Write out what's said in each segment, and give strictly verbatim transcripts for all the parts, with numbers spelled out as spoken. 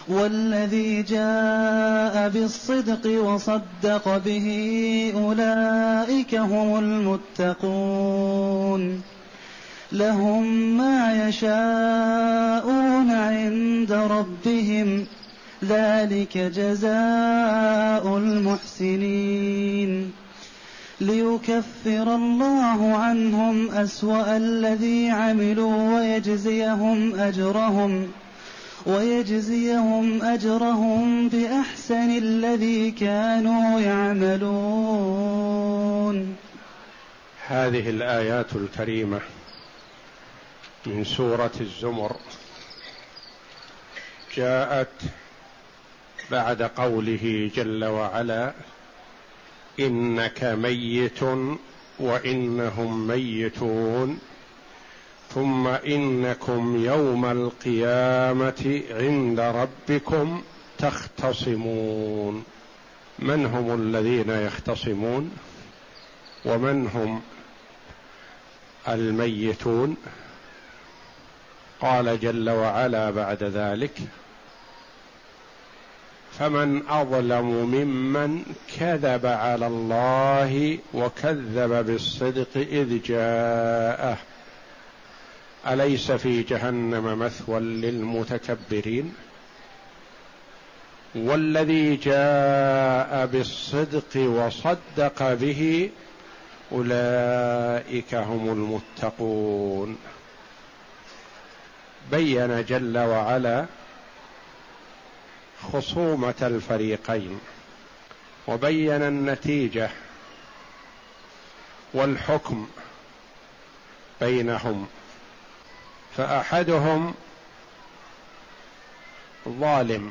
والذي جاء بالصدق وصدق به أولئك هم المتقون لهم ما يشاءون عند ربهم ذلك جزاء المحسنين ليكفر الله عنهم أسوأ الذي عملوا ويجزيهم أجرهم ويجزيهم أجرهم بأحسن الذي كانوا يعملون. هذه الآيات الكريمة من سورة الزمر جاءت بعد قوله جل وعلا: إنك ميت وإنهم ميتون ثم إنكم يوم القيامة عند ربكم تختصمون. من هم الذين يختصمون؟ ومن هم الميتون؟ قال جل وعلا بعد ذلك: فمن أظلم ممن كذب على الله وكذب بالصدق إذ جاءه أليس في جهنم مثوى للمتكبرين. والذي جاء بالصدق وصدق به أولئك هم المتقون. بين جل وعلا خصومة الفريقين وبين النتيجة والحكم بينهم، فأحدهم ظالم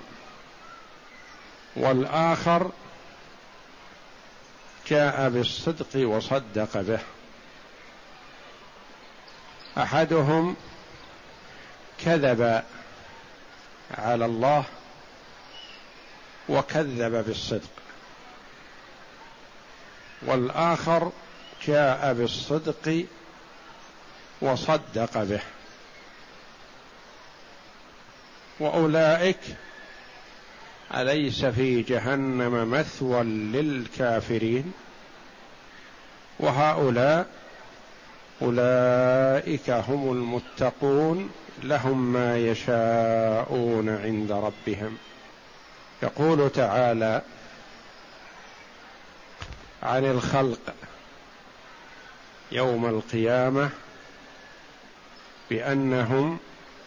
والآخر جاء بالصدق وصدق به. أحدهم كذب على الله وكذب بالصدق، والآخر جاء بالصدق وصدق به. وأولئك أليس في جهنم مثوى للكافرين. وهؤلاء أولئك هم المتقون لهم ما يشاءون عند ربهم. يقول تعالى عن الخلق يوم القيامة بأنهم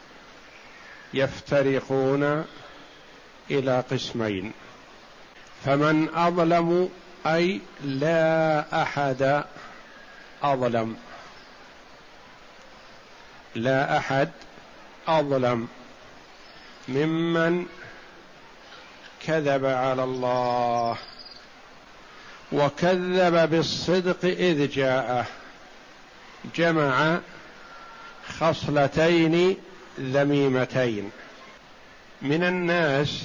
يفترقون إلى قسمين: فمن أظلم أي لا أحد أظلم، لا أحد أظلم ممن كذب على الله وكذب بالصدق إذ جاءه. جمع خصلتين ذميمتين. من الناس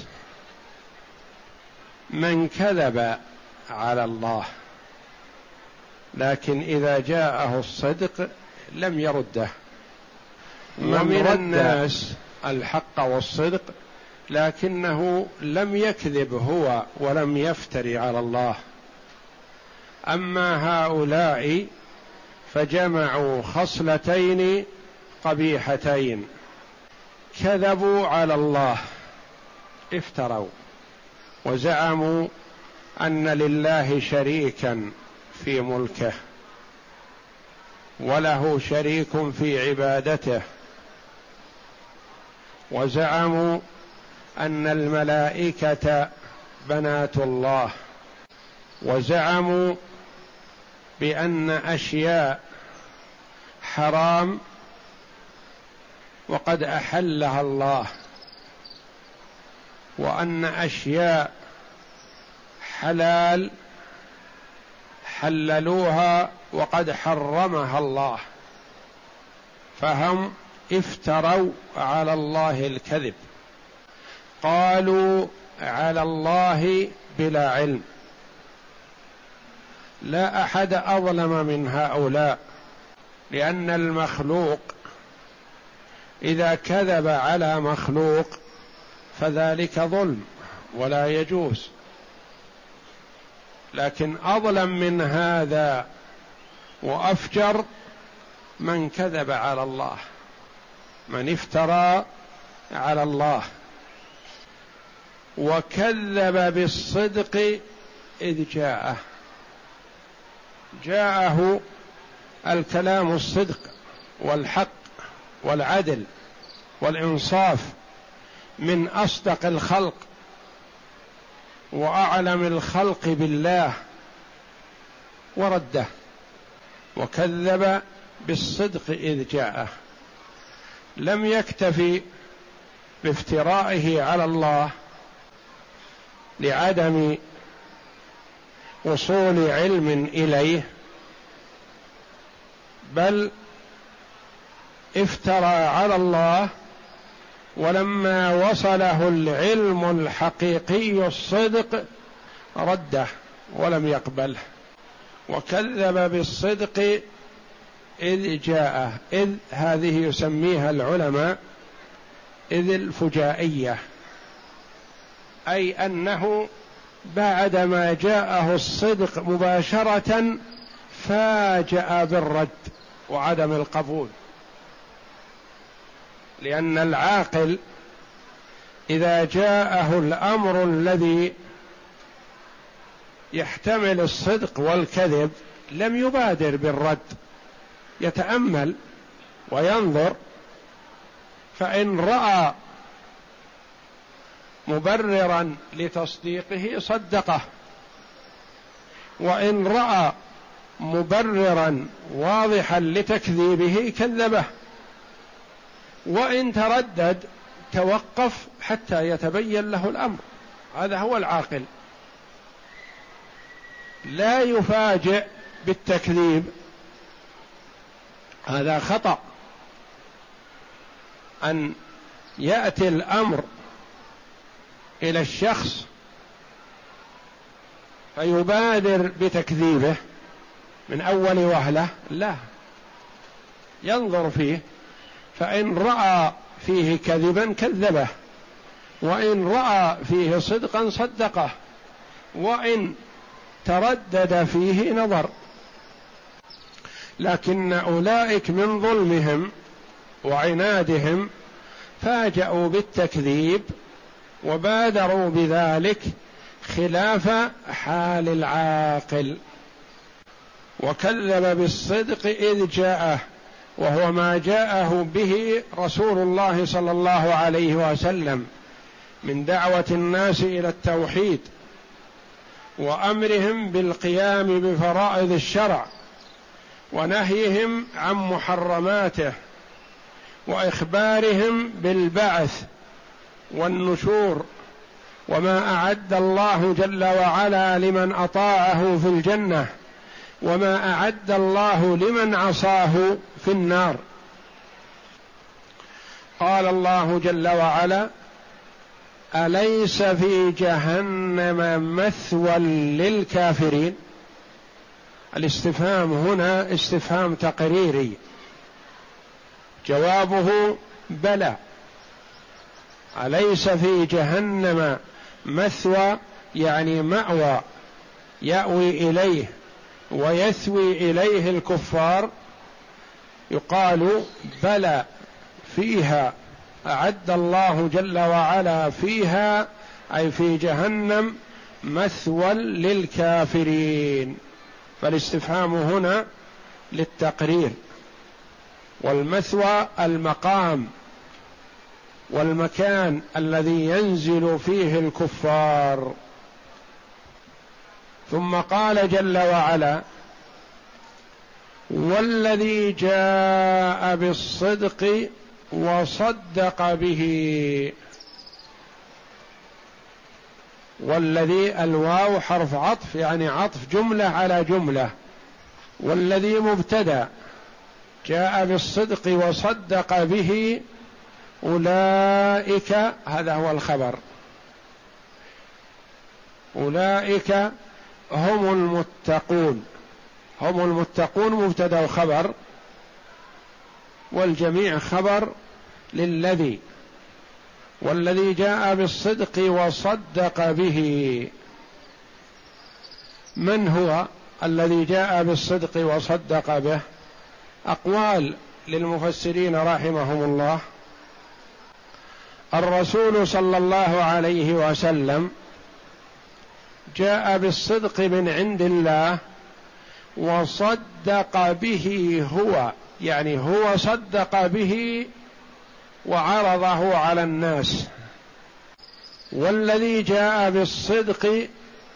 من كذب على الله لكن إذا جاءه الصدق لم يرده، ومن الناس الحق والصدق لكنه لم يكذب هو ولم يفتري على الله. أما هؤلاء فجمعوا خصلتين قبيحتين: كذبوا على الله، افتروا وزعموا أن لله شريكا في ملكه وله شريك في عبادته، وزعموا أن الملائكة بنات الله، وزعموا بأن أشياء حرام وقد أحلها الله، وأن أشياء حلال حللوها وقد حرمها الله. فهم افتروا على الله الكذب، قالوا على الله بلا علم. لا أحد أظلم من هؤلاء، لأن المخلوق إذا كذب على مخلوق فذلك ظلم ولا يجوز. لكن أظلم من هذا وأفجر من كذب على الله، من افترى على الله وكذب بالصدق إذ جاءه. جاءه الكلام الصدق والحق والعدل والإنصاف من أصدق الخلق وأعلم الخلق بالله، ورده وكذب بالصدق إذ جاءه. لم يكتفي بافترائه على الله لعدم وصول علم إليه، بل افترى على الله ولما وصله العلم الحقيقي الصدق رده ولم يقبله، وكذب بالصدق إذ جاءه. إذ هذه يسميها العلماء إذ الفجائية، أي أنه بعدما جاءه الصدق مباشرة فاجأ بالرد وعدم القبول. لأن العاقل إذا جاءه الأمر الذي يحتمل الصدق والكذب لم يبادر بالرد، يتأمل وينظر، فإن رأى مبررا لتصديقه صدقه، وإن رأى مبررا واضحا لتكذيبه كذبه، وإن تردد توقف حتى يتبين له الأمر. هذا هو العاقل، لا يفاجئ بالتكذيب، هذا خطأ. أن يأتي الأمر إلى الشخص فيبادر بتكذيبه من أول وهلة، لا، ينظر فيه، فإن رأى فيه كذبا كذبه، وإن رأى فيه صدقا صدقه، وإن تردد فيه نظر. لكن أولئك من ظلمهم وعنادهم فاجأوا بالتكذيب وبادروا بذلك خلاف حال العاقل. وكذب بالصدق إذ جاءه، وهو ما جاءه به رسول الله صلى الله عليه وسلم من دعوة الناس إلى التوحيد وأمرهم بالقيام بفرائض الشرع ونهيهم عن محرماته وإخبارهم بالبعث والنشور وما أعد الله جل وعلا لمن أطاعه في الجنة وما أعد الله لمن عصاه في النار. قال الله جل وعلا: أليس في جهنم مثوى للكافرين؟ الاستفهام هنا استفهام تقريري، جوابه بلى. أليس في جهنم مثوى يعني مأوى يأوي إليه ويثوي إليه الكفار؟ يقال بلى، فيها أعد الله جل وعلا فيها أي في جهنم مثوى للكافرين. فالاستفهام هنا للتقرير، والمثوى المقام والمكان الذي ينزل فيه الكفار. ثم قال جل وعلا: والذي جاء بالصدق وصدق به. والذي الواو حرف عطف، يعني عطف جملة على جملة. والذي مبتدأ، جاء بالصدق وصدق به أولئك، هذا هو الخبر، أولئك هم المتقون. هم المتقون مبتدأ وخبر، والجميع خبر للذي. والذي جاء بالصدق وصدق به. من هو الذي جاء بالصدق وصدق به؟ أقوال للمفسرين رحمهم الله. الرسول صلى الله عليه وسلم جاء بالصدق من عند الله وصدق به هو، يعني هو صدق به وعرضه على الناس. والذي جاء بالصدق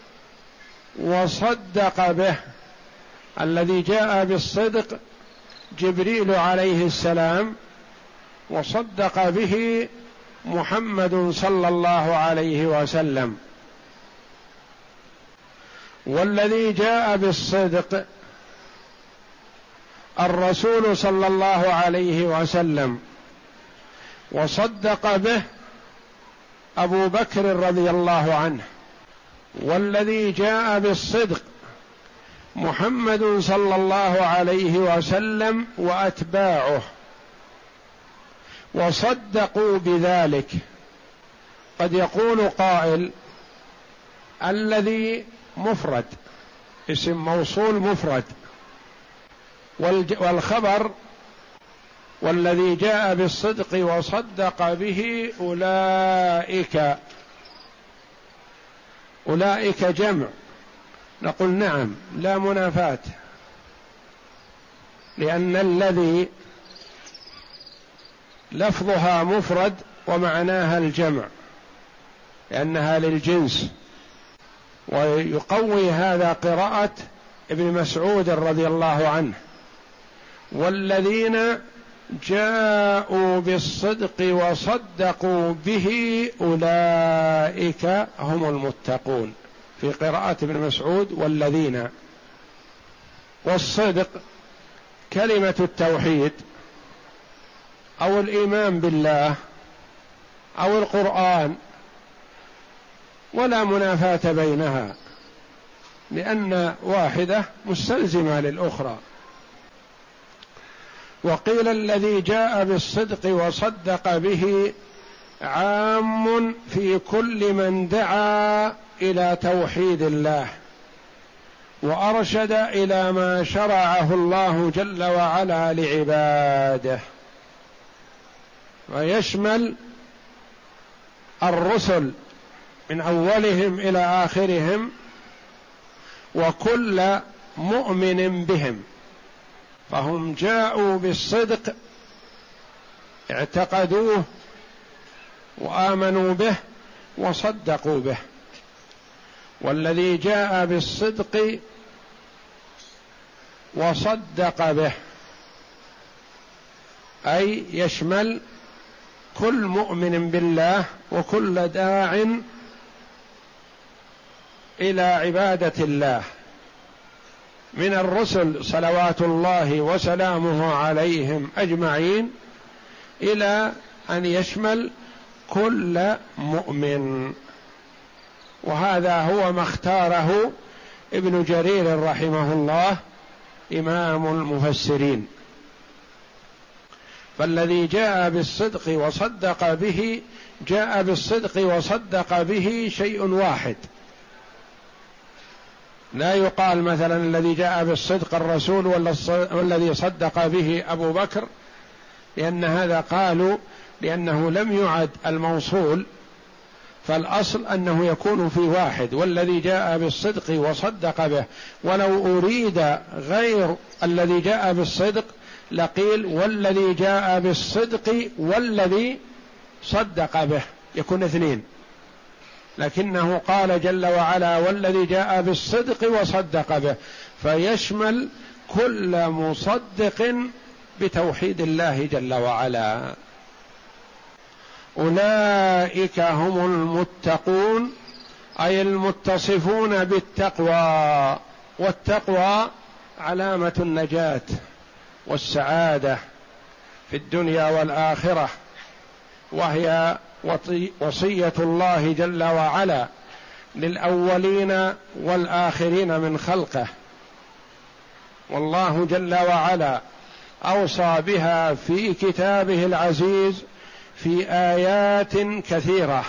وصدق به، الذي جاء بالصدق جبريل عليه السلام، وصدق به محمد صلى الله عليه وسلم. والذي جاء بالصدق الرسول صلى الله عليه وسلم، وصدق به أبو بكر رضي الله عنه. والذي جاء بالصدق محمد صلى الله عليه وسلم وأتباعه، وصدقوا بذلك. قد يقول قائل: الذي مفرد، اسم موصول مفرد، والخبر والذي جاء بالصدق وصدق به أولئك، أولئك جمع. نقول نعم، لا منافاة، لأن الذي لفظها مفرد ومعناها الجمع، لأنها للجنس. ويقوي هذا قراءة ابن مسعود رضي الله عنه: والذين جاءوا بالصدق وصدقوا به أولئك هم المتقون، في قراءة ابن مسعود والذين. والصدق كلمة التوحيد أو الإيمان بالله أو القرآن، ولا منافاة بينها، لأن واحدة مستلزمة للأخرى. وقيل الذي جاء بالصدق وصدق به عام في كل من دعا إلى توحيد الله وأرشد إلى ما شرعه الله جل وعلا لعباده، ويشمل الرسل من أولهم إلى آخرهم وكل مؤمن بهم. فهم جاءوا بالصدق، اعتقدوه وآمنوا به وصدقوا به. والذي جاء بالصدق وصدق به أي يشمل كل مؤمن بالله وكل داع إلى عبادة الله من الرسل صلوات الله وسلامه عليهم أجمعين، إلى أن يشمل كل مؤمن. وهذا هو ما اختاره ابن جرير رحمه الله إمام المفسرين. فالذي جاء بالصدق وصدق به، جاء بالصدق وصدق به شيء واحد. لا يقال مثلا الذي جاء بالصدق الرسول والذي صدق به أبو بكر، لأن هذا قالوا لأنه لم يعد الموصول، فالأصل أنه يكون في واحد، والذي جاء بالصدق وصدق به. ولو أريد غير الذي جاء بالصدق لقيل والذي جاء بالصدق والذي صدق به، يكون اثنين. لكنه قال جل وعلا والذي جاء بالصدق وصدق به، فيشمل كل مصدق بتوحيد الله جل وعلا. أولئك هم المتقون، أي المتصفون بالتقوى. والتقوى علامة النجاة والسعادة في الدنيا والآخرة، وهي وصية الله جل وعلا للأولين والآخرين من خلقه. والله جل وعلا أوصى بها في كتابه العزيز في آيات كثيرة،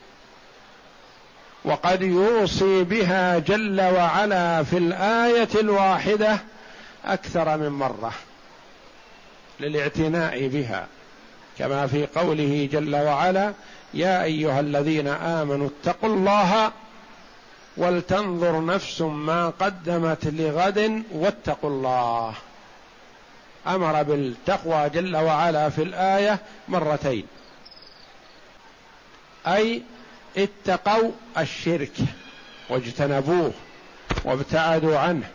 وقد يوصي بها جل وعلا في الآية الواحدة أكثر من مرة للاعتناء بها، كما في قوله جل وعلا: يا أيها الذين آمنوا اتقوا الله ولتنظر نفس ما قدمت لغد واتقوا الله. أمر بالتقوى جل وعلا في الآية مرتين، أي اتقوا الشرك واجتنبوه وابتعدوا عنه،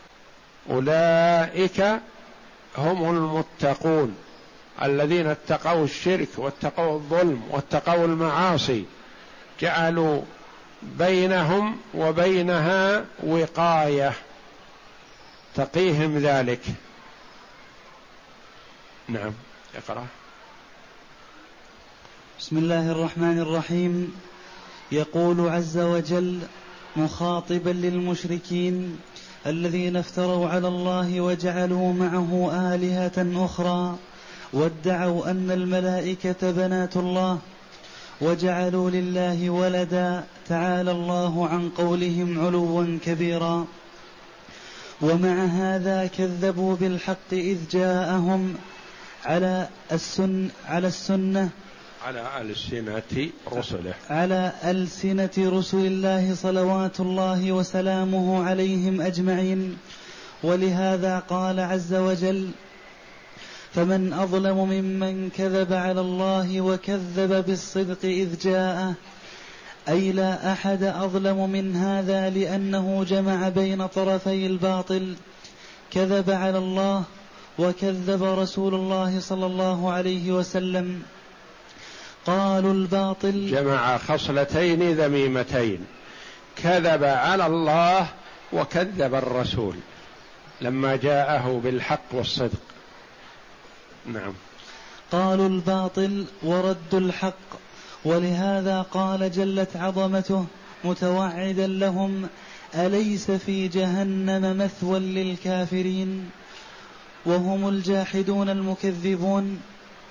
أولئك هم المتقون الذين اتقوا الشرك واتقوا الظلم واتقوا المعاصي، جعلوا بينهم وبينها وقاية تقيهم ذلك. نعم، اقرأ. بسم الله الرحمن الرحيم. يقول عز وجل مخاطبا للمشركين الذين افتروا على الله وجعلوا معه آلهة أخرى وادعوا أن الملائكة بنات الله وجعلوا لله ولدا، تعالى الله عن قولهم علوا كبيرا. ومع هذا كذبوا بالحق إذ جاءهم على السن على السنة على ألسنة رسله على ألسنة رسل الله صلوات الله وسلامه عليهم أجمعين. ولهذا قال عز وجل: فمن أظلم ممن كذب على الله وكذب بالصدق إذ جاءه، أي لا أحد أظلم من هذا، لأنه جمع بين طرفي الباطل، كذب على الله وكذب رسول الله صلى الله عليه وسلم. قالوا الباطل، جمع خصلتين ذميمتين، كذب على الله وكذب الرسول لما جاءه بالحق والصدق. نعم. قالوا الباطل وردوا الحق. ولهذا قال جلت عظمته متوعدا لهم: أليس في جهنم مثوى للكافرين، وهم الجاحدون المكذبون.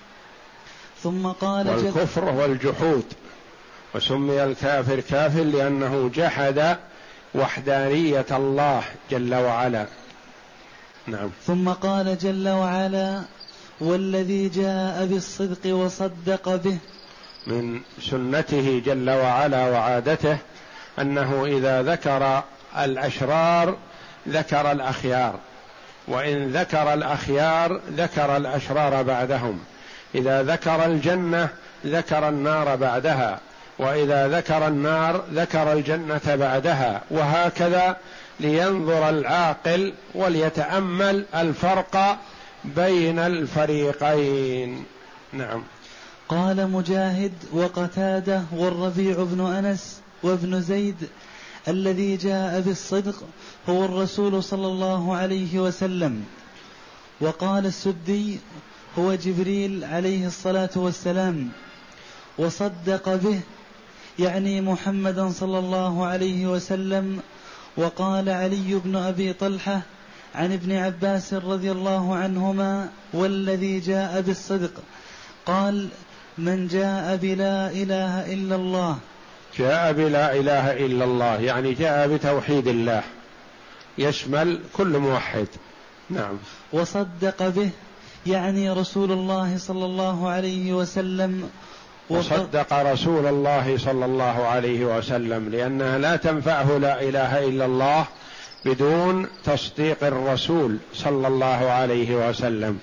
ثم قال: والكفر والجحود، وسمي الكافر كافر لأنه جحد وحدانية الله جل وعلا. نعم. ثم قال جل وعلا: والذي جاء بالصدق وصدق به. من سنته جل وعلا وعادته أنه إذا ذكر الأشرار ذكر الأخيار، وإن ذكر الأخيار ذكر الأشرار بعدهم، إذا ذكر الجنة ذكر النار بعدها، وإذا ذكر النار ذكر الجنة بعدها، وهكذا لينظر العاقل وليتأمل الفرق بين الفريقين. نعم. قال مجاهد وقتادة والربيع بن أنس وابن زيد: الذي جاء بالصدق هو الرسول صلى الله عليه وسلم. وقال السدي: هو جبريل عليه الصلاة والسلام. وصدق به يعني محمدا صلى الله عليه وسلم. وقال علي بن أبي طلحة عن ابن عباس رضي الله عنهما: والذي جاء بالصدق، قال: من جاء بلا إله إلا الله. جاء بلا إله إلا الله يعني جاء بتوحيد الله، يشمل كل موحد. نعم. وصدق به يعني رسول الله صلى الله عليه وسلم. وصدق رسول الله صلى الله عليه وسلم، لأنها لا تنفعه لا إله إلا الله بدون تصديق الرسول صلى الله عليه وسلم.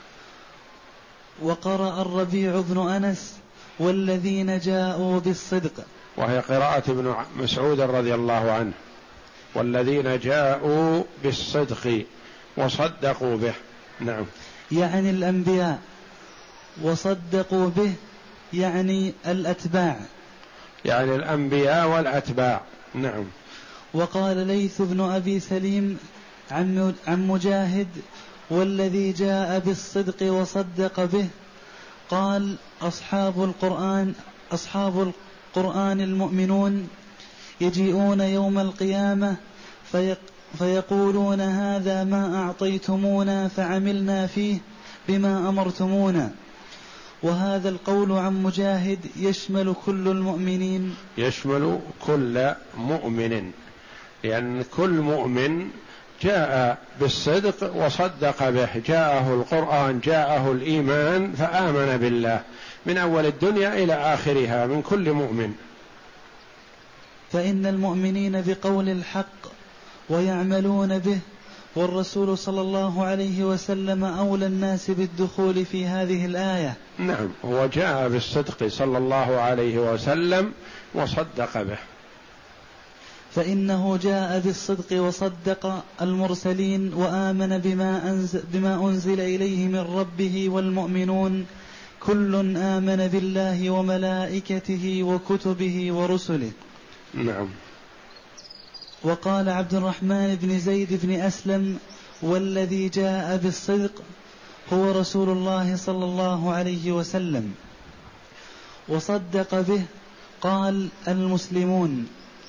وقرأ الربيع بن أنس: والذين جاءوا بالصدق، وهي قراءة ابن مسعود رضي الله عنه: والذين جاءوا بالصدق وصدقوا به. نعم. يعني الأنبياء، وصدقوا به يعني الأتباع، يعني الأنبياء والأتباع. نعم. وقال ليث بن أبي سليم عن مجاهد: والذي جاء بالصدق وصدق به، قال: أصحاب القرآن أصحاب القرآن المؤمنون يجيئون يوم القيامة فيق فيقولون: هذا ما أعطيتمونا فعملنا فيه بما أمرتمونا. وهذا القول عن مجاهد يشمل كل المؤمنين، يشمل كل مؤمن، لأن كل مؤمن جاء بالصدق وصدق به، جاءه القرآن، جاءه الإيمان فآمن بالله من أول الدنيا إلى آخرها من كل مؤمن. فإن المؤمنين بقول الحق ويعملون به، والرسول صلى الله عليه وسلم أولى الناس بالدخول في هذه الآية. نعم، هو جاء بالصدق صلى الله عليه وسلم وصدق به، فإنه جاء بالصدق وصدق المرسلين وآمن بما أنزل, بما أنزل إليه من ربه، والمؤمنون كل آمن بالله وملائكته وكتبه ورسله. نعم. وقال عبد الرحمن بن زيد بن أسلم: والذي جاء بالصدق هو رسول الله صلى الله عليه وسلم، وصدق به قال المسلمون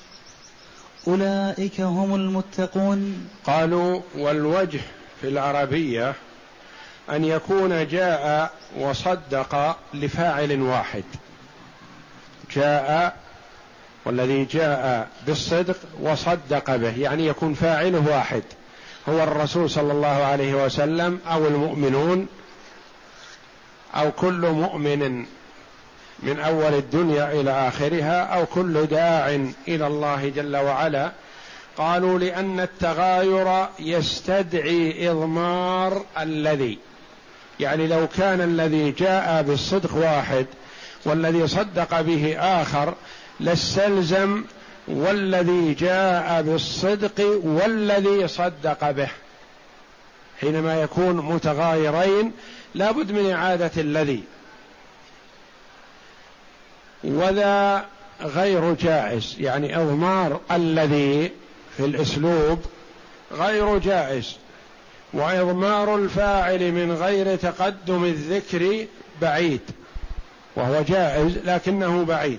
أولئك هم المتقون. قالوا والوجه في العربية أن يكون جاء وصدق لفاعل واحد، جاء والذي جاء بالصدق وصدق به، يعني يكون فاعله واحد هو الرسول صلى الله عليه وسلم أو المؤمنون أو كل مؤمن من أول الدنيا إلى آخرها أو كل داع إلى الله جل وعلا. قالوا لأن التغاير يستدعي إضمار الذي، يعني لو كان الذي جاء بالصدق واحد والذي صدق به آخر لاستلزم والذي جاء بالصدق والذي صدق به. حينما يكون متغايرين لا بد من إعادة الذي، وذا غير جائز، يعني إضمار الذي في الأسلوب غير جائز، وإضمار الفاعل من غير تقدم الذكر بعيد، وهو جائز لكنه بعيد.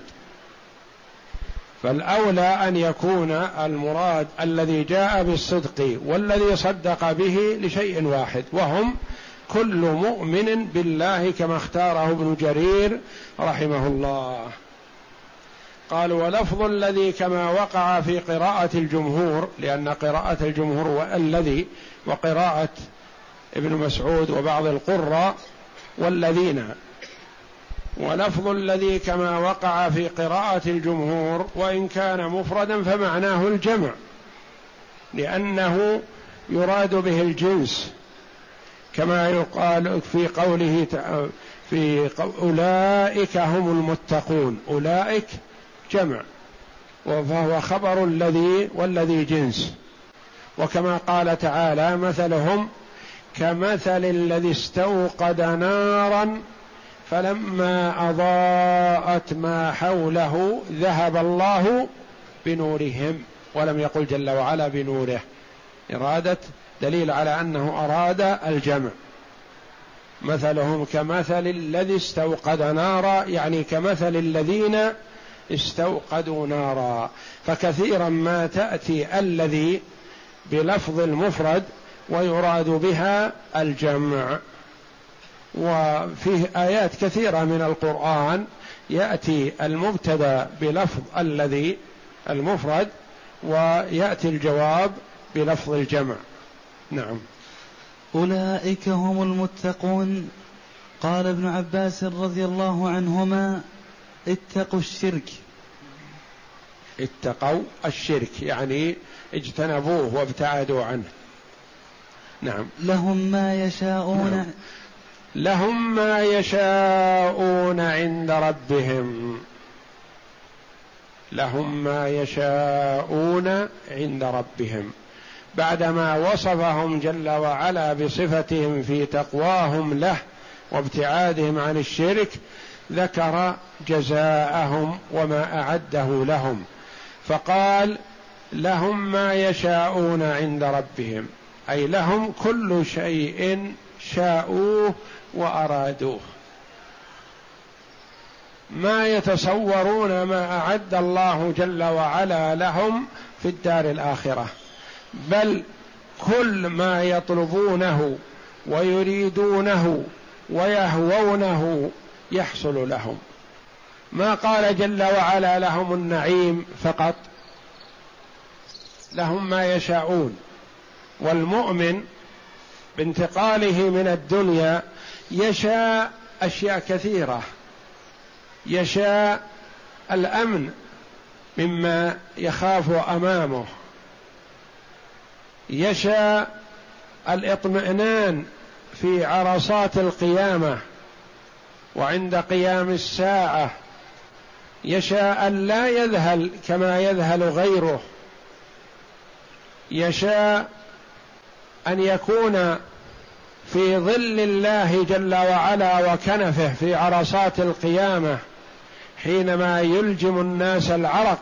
فالأولى أن يكون المراد الذي جاء بالصدق والذي صدق به لشيء واحد، وهم كل مؤمن بالله كما اختاره ابن جرير رحمه الله. قالوا ولفظ الذي كما وقع في قراءة الجمهور، لأن قراءة الجمهور والذي وقراءة ابن مسعود وبعض القراء والذين، ولفظ الذي كما وقع في قراءة الجمهور وإن كان مفردا فمعناه الجمع، لأنه يراد به الجنس، كما يقال في قوله في أولئك هم المتقون، أولئك جمع وهو خبر الذي والذي جنس. وكما قال تعالى مثلهم كمثل الذي استوقد نارا فلما أضاءت ما حوله ذهب الله بنورهم، ولم يقل جل وعلا بنوره، إرادة دليل على أنه أراد الجمع. مثلهم كمثل الذي استوقد نارا، يعني كمثل الذين استوقدوا نارا. فكثيرا ما تأتي الذي بلفظ المفرد ويراد بها الجمع، وفيه آيات كثيرة من القرآن يأتي المبتدأ بلفظ الذي المفرد ويأتي الجواب بلفظ الجمع. نعم. أولئك هم المتقون. قال ابن عباس رضي الله عنهما اتقوا الشرك. اتقوا الشرك يعني اجتنبوه وابتعدوا عنه. نعم. لهم ما يشاءون. نعم. لهم ما يشاءون عند ربهم، لهم ما يشاءون عند ربهم، بعدما وصفهم جل وعلا بصفتهم في تقواهم له وابتعادهم عن الشرك ذكر جزاءهم وما أعده لهم، فقال لهم ما يشاءون عند ربهم، أي لهم كل شيء شاءوه وأرادوه، ما يتصورون ما أعد الله جل وعلا لهم في الدار الآخرة، بل كل ما يطلبونه ويريدونه ويهوونه يحصل لهم. ما قال جل وعلا لهم النعيم فقط، لهم ما يشاءون. والمؤمن بانتقاله من الدنيا يشاء أشياء كثيرة، يشاء الأمن مما يخاف أمامه، يشاء الاطمئنان في عرصات القيامة وعند قيام الساعة، يشاء أن لا يذهل كما يذهل غيره، يشاء أن يكون في ظل الله جل وعلا وكنفه في عرصات القيامة حينما يلجم الناس العرق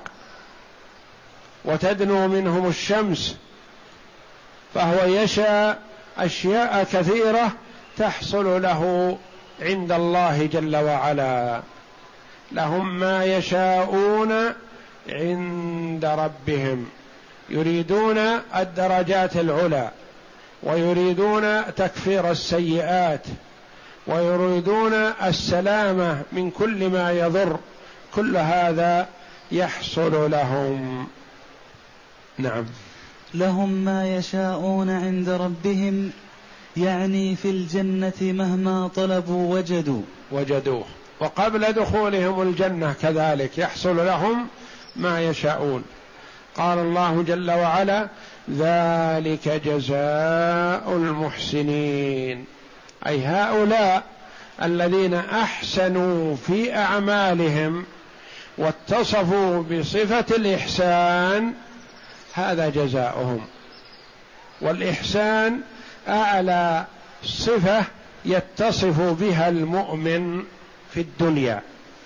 وتدنو منهم الشمس، فهو يشاء أشياء كثيرة تحصل له عند الله جل وعلا. لهم ما يشاءون عند ربهم، يريدون الدرجات العلى، ويريدون تكفير السيئات، ويريدون السلامة من كل ما يضر، كل هذا يحصل لهم. نعم. لهم ما يشاءون عند ربهم، يعني في الجنة مهما طلبوا وجدوا وجدوه. وقبل دخولهم الجنة كذلك يحصل لهم ما يشاءون. قال الله جل وعلا: ذلك جزاء المحسنين، أي هؤلاء الذين أحسنوا في أعمالهم واتصفوا بصفة الإحسان، هذا جزاؤهم. والإحسان أعلى صفة يتصف بها المؤمن في الدنيا.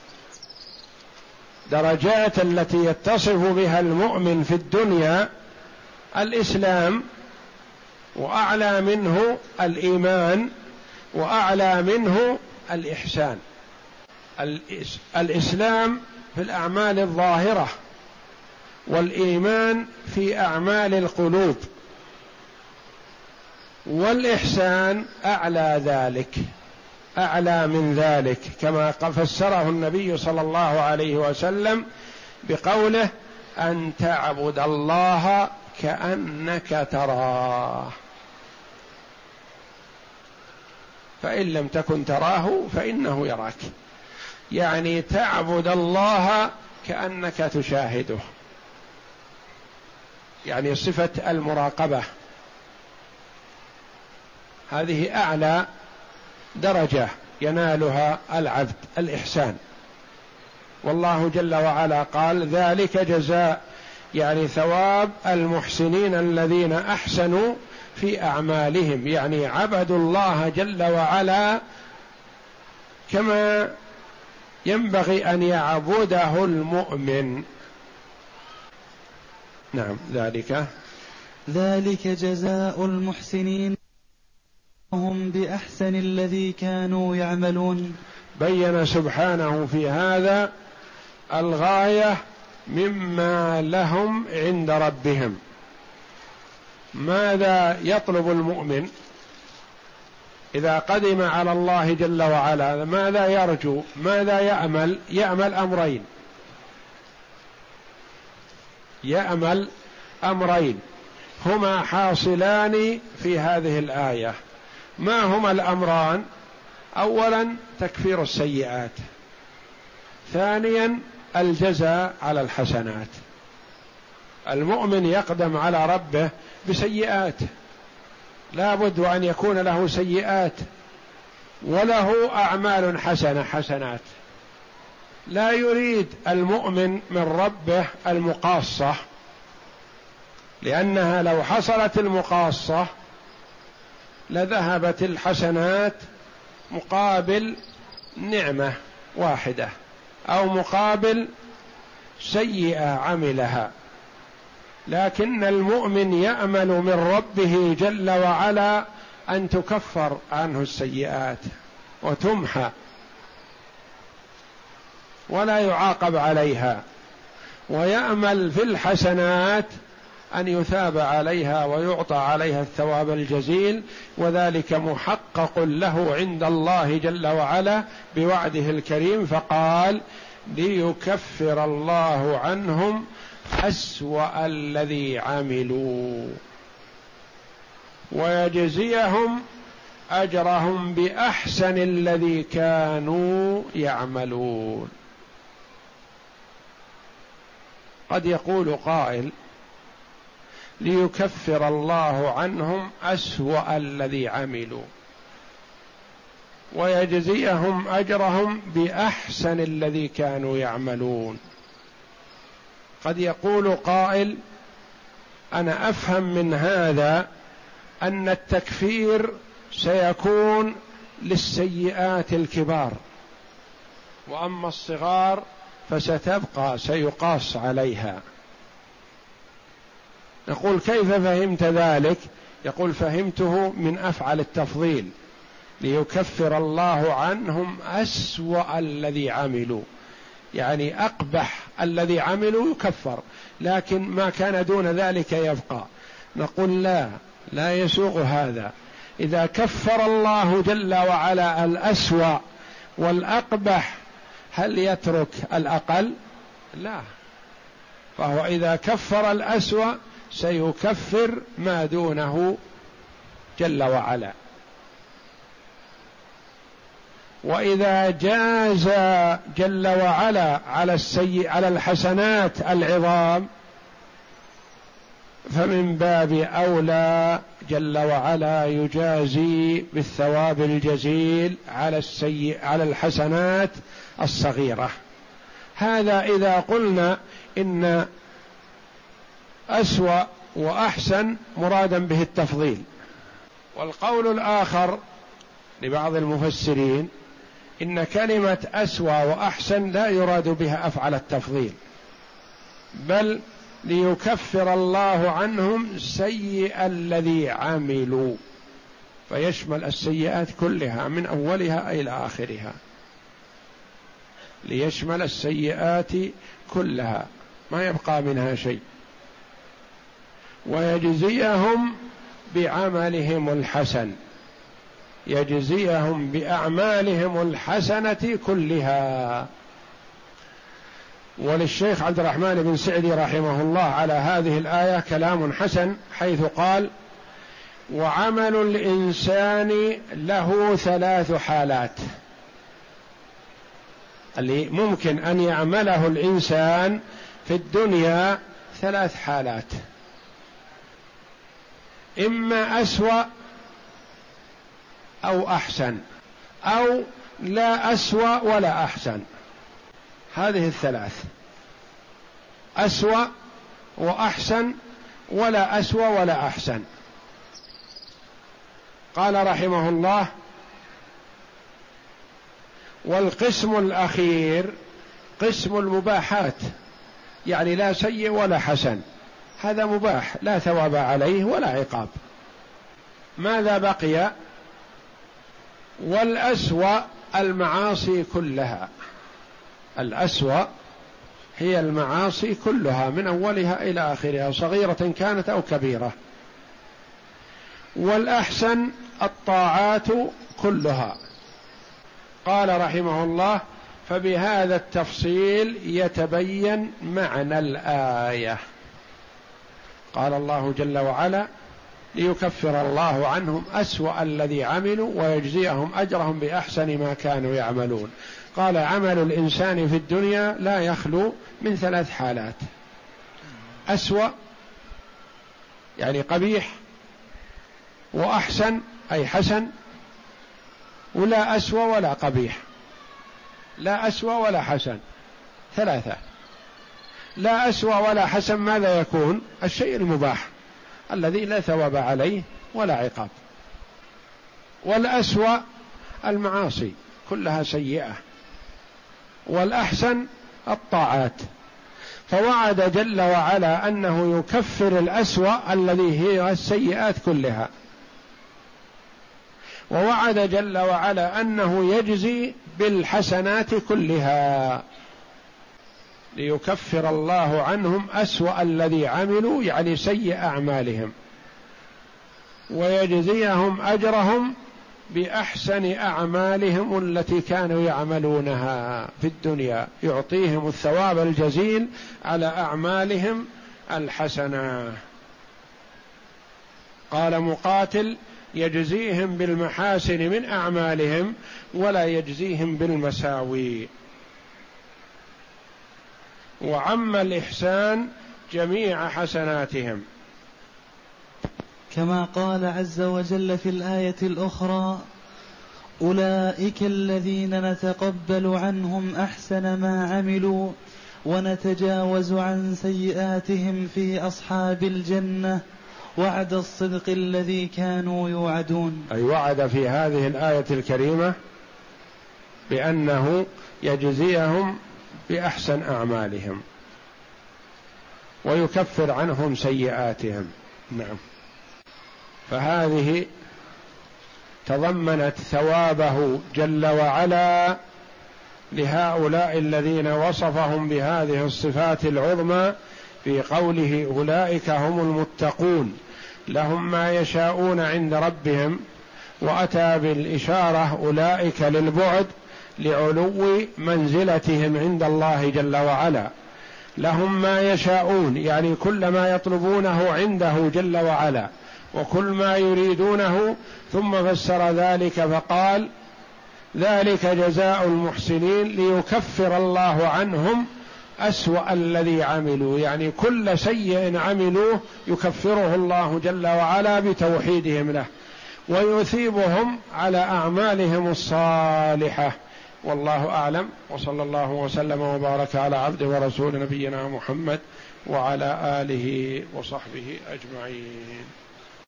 درجات التي يتصف بها المؤمن في الدنيا الإسلام، وأعلى منه الإيمان، وأعلى منه الإحسان. الإسلام في الأعمال الظاهرة، والإيمان في أعمال القلوب، والإحسان أعلى ذلك، أعلى من ذلك، كما فسره النبي صلى الله عليه وسلم بقوله: أن تعبد الله كأنك تراه، فإن لم تكن تراه فإنه يراك. يعني تعبد الله كأنك تشاهده، يعني صفة المراقبة، هذه أعلى درجة ينالها العبد، الإحسان. والله جل وعلا قال: ذلك جزاء، يعني ثواب المحسنين الذين أحسنوا في أعمالهم، يعني عبدوا الله جل وعلا كما ينبغي أن يعبده المؤمن. نعم. ذلك ذلك جزاء المحسنين هم بأحسن الذي كانوا يعملون. بين سبحانه في هذا الغاية مما لهم عند ربهم. ماذا يطلب المؤمن إذا قدم على الله جل وعلا؟ ماذا يرجو؟ ماذا يأمل؟ يأمل أمرين، يأمل أمرين هما حاصلان في هذه الآية. ما هما الأمران؟ أولا تكفير السيئات، ثانيا الجزاء على الحسنات. المؤمن يقدم على ربه بسيئات، لا بد أن يكون له سيئات، وله أعمال حسنة حسنات. لا يريد المؤمن من ربه المقاصة، لأنها لو حصلت المقاصة لذهبت الحسنات مقابل نعمة واحدة أو مقابل سيئة عملها. لكن المؤمن يأمل من ربه جل وعلا أن تكفر عنه السيئات وتمحى ولا يعاقب عليها، ويأمل في الحسنات أن يثاب عليها ويعطى عليها الثواب الجزيل، وذلك محقق له عند الله جل وعلا بوعده الكريم، فقال ليكفر الله عنهم أسوأ الذي عملوا ويجزيهم أجرهم بأحسن الذي كانوا يعملون. قد يقول قائل ليكفر الله عنهم أسوأ الذي عملوا ويجزيهم أجرهم بأحسن الذي كانوا يعملون. قد يقول قائل أنا أفهم من هذا أن التكفير سيكون للسيئات الكبار، وأما الصغار فستبقى سيقاس عليها. نقول كيف فهمت ذلك؟ يقول فهمته من أفعل التفضيل، ليكفر الله عنهم أسوأ الذي عملوا، يعني أقبح الذي عملوا يكفر، لكن ما كان دون ذلك يبقى. نقول لا، لا يسوغ هذا. إذا كفر الله جل وعلا الأسوأ والأقبح هل يترك الأقل؟ لا، فهو إذا كفر الأسوأ سيكفر ما دونه جل وعلا. وإذا جاز جل وعلا على السيء على الحسنات العظام فمن باب أولى جل وعلا يجازي بالثواب الجزيل على السيء على الحسنات الصغيرة. هذا إذا قلنا إن أسوأ وأحسن مرادا به التفضيل. والقول الآخر لبعض المفسرين إن كلمة أسوأ وأحسن لا يراد بها أفعل التفضيل، بل ليكفر الله عنهم سيئ الذي عملوا، فيشمل السيئات كلها من أولها إلى آخرها، ليشمل السيئات كلها ما يبقى منها شيء، ويجزيهم بعملهم الحسن، يجزيهم بأعمالهم الحسنة كلها. وللشيخ عبد الرحمن بن سعدي رحمه الله على هذه الآية كلام حسن، حيث قال وعمل الإنسان له ثلاث حالات، اللي ممكن أن يعمله الإنسان في الدنيا ثلاث حالات، إما أسوأ أو أحسن، أو لا أسوأ ولا أحسن. هذه الثلاث، أسوأ وأحسن ولا أسوأ ولا أحسن. قال رحمه الله والقسم الأخير قسم المباحات، يعني لا سيء ولا حسن، هذا مباح لا ثواب عليه ولا عقاب. ماذا بقي؟ والأسوأ المعاصي كلها، الأسوأ هي المعاصي كلها من أولها إلى آخرها صغيرة كانت أو كبيرة. والأحسن الطاعات كلها. قال رحمه الله فبهذا التفصيل يتبين معنى الآية. قال الله جل وعلا ليكفر الله عنهم أسوأ الذي عملوا ويجزيهم أجرهم بأحسن ما كانوا يعملون. قال عمل الإنسان في الدنيا لا يخلو من ثلاث حالات: أسوأ يعني قبيح، وأحسن أي حسن، ولا أسوأ ولا قبيح، لا أسوأ ولا حسن، ثلاثة. لا أسوأ ولا حسن ماذا يكون؟ الشيء المباح الذي لا ثواب عليه ولا عقاب. والأسوأ المعاصي كلها سيئة. والأحسن الطاعات. فوعد جل وعلا أنه يكفر الأسوأ الذي هي السيئات كلها، ووعد جل وعلا أنه يجزي بالحسنات كلها. ليكفر الله عنهم أسوأ الذي عملوا، يعني سيء أعمالهم، ويجزيهم أجرهم بأحسن أعمالهم التي كانوا يعملونها في الدنيا، يعطيهم الثواب الجزيل على أعمالهم الحسنة. قال مقاتل: يجزيهم بالمحاسن من أعمالهم ولا يجزيهم بالمساوي. وعم الإحسان جميع حسناتهم، كما قال عز وجل في الآية الأخرى: أولئك الذين نتقبل عنهم أحسن ما عملوا ونتجاوز عن سيئاتهم في أصحاب الجنة وعد الصدق الذي كانوا يوعدون. أي وعد في هذه الآية الكريمة بأنه يجزيهم بأحسن أعمالهم ويكفر عنهم سيئاتهم. نعم. فهذه تضمنت ثوابه جل وعلا لهؤلاء الذين وصفهم بهذه الصفات العظمى في قوله: أولئك هم المتقون لهم ما يشاءون عند ربهم، وأتى بالإشارة أولئك للبعد لعلو منزلتهم عند الله جل وعلا. لهم ما يشاءون يعني كل ما يطلبونه عنده جل وعلا وكل ما يريدونه، ثم فسر ذلك فقال: ذلك جزاء المحسنين ليكفر الله عنهم أسوأ الذي عملوا، يعني كل سيء عملوه يكفره الله جل وعلا بتوحيدهم له ويثيبهم على أعمالهم الصالحة. والله أعلم، وصلى الله وسلم وبارك على عبد ورسول نبينا محمد وعلى آله وصحبه أجمعين.